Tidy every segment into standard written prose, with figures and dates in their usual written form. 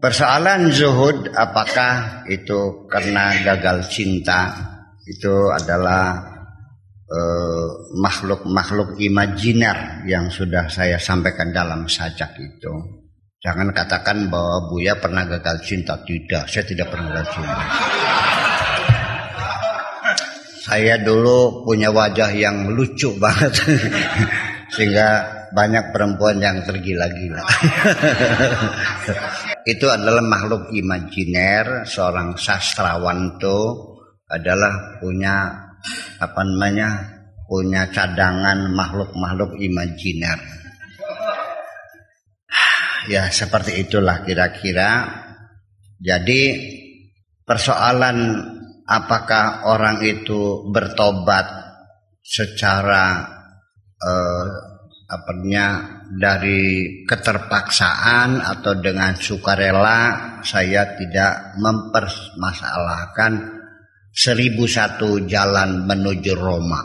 Persoalan zuhud apakah itu karena gagal cinta, itu adalah makhluk-makhluk imajiner yang sudah saya sampaikan dalam sajak itu. Jangan katakan bahwa Buya pernah gagal cinta. Tidak, saya tidak pernah gagal cinta. Saya dulu punya wajah yang lucu banget sehingga banyak perempuan yang tergila-gila. Itu adalah makhluk imajiner. Seorang sastrawan itu adalah punya punya cadangan makhluk-makhluk imajiner. Ya seperti itulah kira-kira. Jadi persoalan apakah orang itu bertobat secara dari keterpaksaan atau dengan sukarela, saya tidak mempermasalahkan 1001 jalan menuju Roma.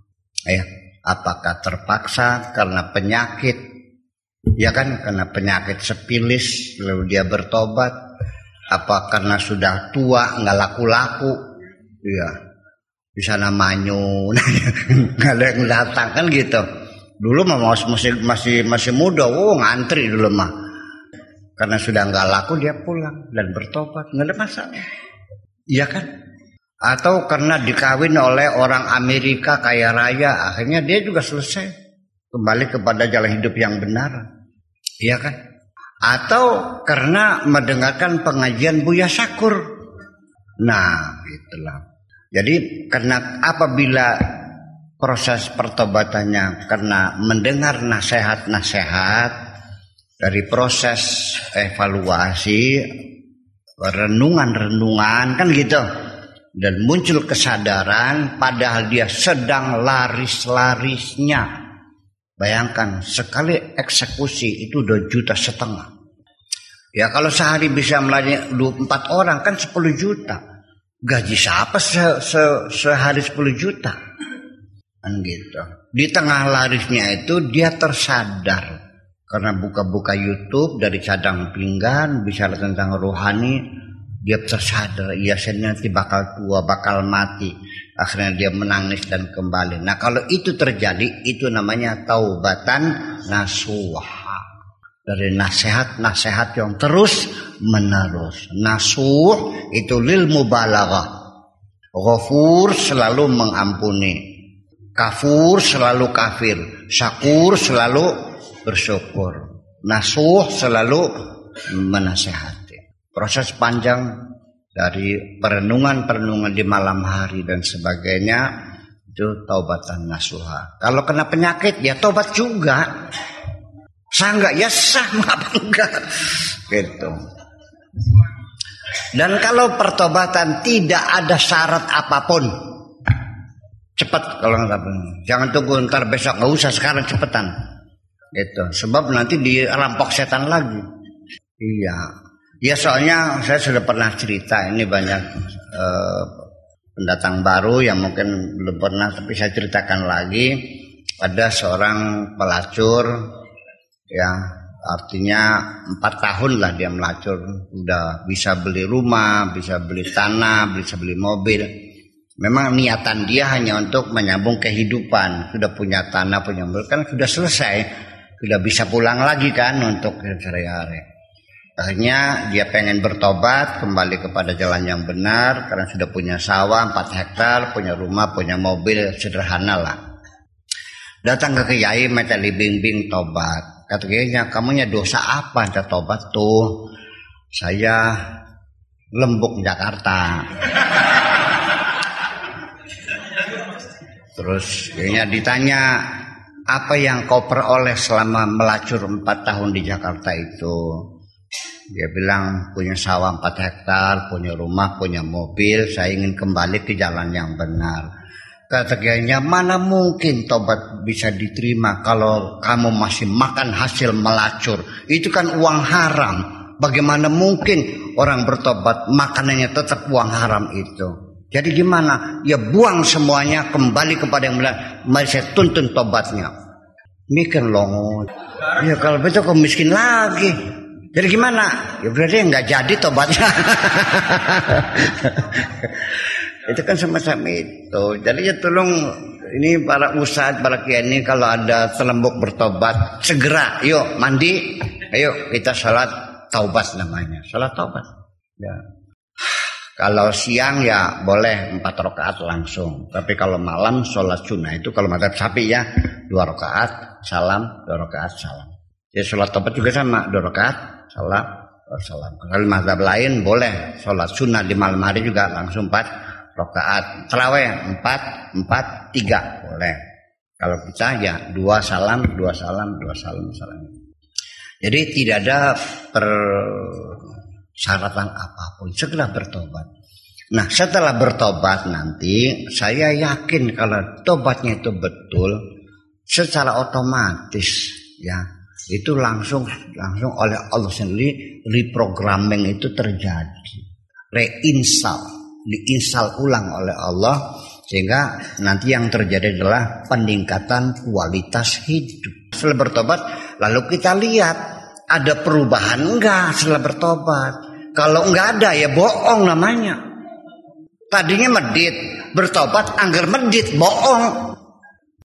Apakah terpaksa karena penyakit? Ya kan, karena penyakit sepilis lalu dia bertobat. Apa karena sudah tua nggak laku-laku? Ya, di sana manyu, nggak ada yang datang kan gitu. Dulu mah masih muda, ngantri dulu mah. Karena sudah nggak laku dia pulang dan bertobat, nggak ada masalah. Iya kan? Atau karena dikawin oleh orang Amerika kaya raya, akhirnya dia juga selesai, kembali kepada jalan hidup yang benar. Iya kan? Atau karena mendengarkan pengajian Buya Syakur. Nah, itulah. Jadi karena apabila proses pertobatannya karena mendengar nasihat-nasihat dari proses evaluasi, renungan-renungan kan gitu, dan muncul kesadaran padahal dia sedang laris-larisnya. Bayangkan sekali eksekusi itu 2,5 juta. Ya kalau sehari bisa melayani 4 orang kan 10 juta. Gaji siapa sehari 10 juta? Kan gitu. Di tengah larisnya itu dia tersadar karena buka-buka YouTube dari cadang pinggan bicara tentang rohani, dia tersadar saya nanti bakal tua, bakal mati. Akhirnya dia menangis dan kembali. Nah kalau itu terjadi, itu namanya taubatan nasuha. Dari nasihat-nasihat yang terus menerus. Nasuh itu lil mubalaghah. Ghafur selalu mengampuni. Kafur selalu kafir. Syakur selalu bersyukur. Nasuh selalu menasihati. Proses panjang dari perenungan-perenungan di malam hari dan sebagainya, itu taubatan nasuha. Kalau kena penyakit ya tobat juga. Sah enggak? Ya sah, apa enggak? Gitu. Dan kalau pertobatan tidak ada syarat apapun, cepat kalau enggak. Jangan tunggu ntar besok, enggak usah sekarang, cepetan. Gitu. Sebab nanti dirampok setan lagi. Iya. Ya soalnya saya sudah pernah cerita, ini banyak pendatang baru yang mungkin belum pernah, tapi saya ceritakan lagi. Ada seorang pelacur, ya artinya 4 tahun lah dia melacur, udah bisa beli rumah, bisa beli tanah, bisa beli mobil. Memang niatan dia hanya untuk menyambung kehidupan, sudah punya tanah, punya mobil, kan sudah selesai, sudah bisa pulang lagi kan untuk sehari-hari. Akhirnya dia pengen bertobat kembali kepada jalan yang benar karena sudah punya sawah 4 hektar, punya rumah, punya mobil, sederhana lah. Datang ke kiai minta dibimbing tobat. Kata kiainya, kamunya dosa apa anda tobat tuh? Saya lembuk Jakarta. Terus kiainya ditanya, apa yang kau peroleh selama melacur 4 tahun di Jakarta itu? Dia bilang punya sawah 4 hektar, punya rumah, punya mobil, saya ingin kembali ke jalan yang benar. Kata kiainya, mana mungkin tobat bisa diterima kalau kamu masih makan hasil melacur. Itu kan uang haram. Bagaimana mungkin orang bertobat makanannya tetap uang haram itu? Jadi gimana? Ya buang semuanya, kembali kepada yang benar. Mari saya tuntun tobatnya. Mikir loh. Ya kalau betul kau miskin lagi. Jadi gimana? Ya berarti nggak jadi tobatnya. Itu kan semacam itu. Jadi ya tolong ini para ustadz, para kiai ini kalau ada selembuk bertobat segera, yuk mandi, ayo kita sholat taubat namanya, sholat taubat. Ya. Kalau siang ya boleh 4 rakaat langsung. Tapi kalau malam sholat sunnah itu kalau mazhab Syafi'i ya 2 rakaat salam, 2 rakaat salam. Ya sholat taubat juga sama 2 rakaat salam, salam. Kalau mazhab lain boleh sholat sunnah di malam hari juga langsung 4 rakaat. Tarawih 4, 3 boleh. Kalau kita ya 2 salam, 2 salam, 2 salam, salam. Jadi tidak ada persyaratan apapun, segera bertobat. Nah setelah bertobat nanti saya yakin kalau tobatnya itu betul, secara otomatis ya itu langsung oleh Allah sendiri reprogramming itu terjadi, diinstal ulang oleh Allah, sehingga nanti yang terjadi adalah peningkatan kualitas hidup. Setelah bertobat lalu kita lihat ada perubahan enggak setelah bertobat. Kalau enggak ada ya bohong namanya. Tadinya medit, bertobat anggar medit, bohong.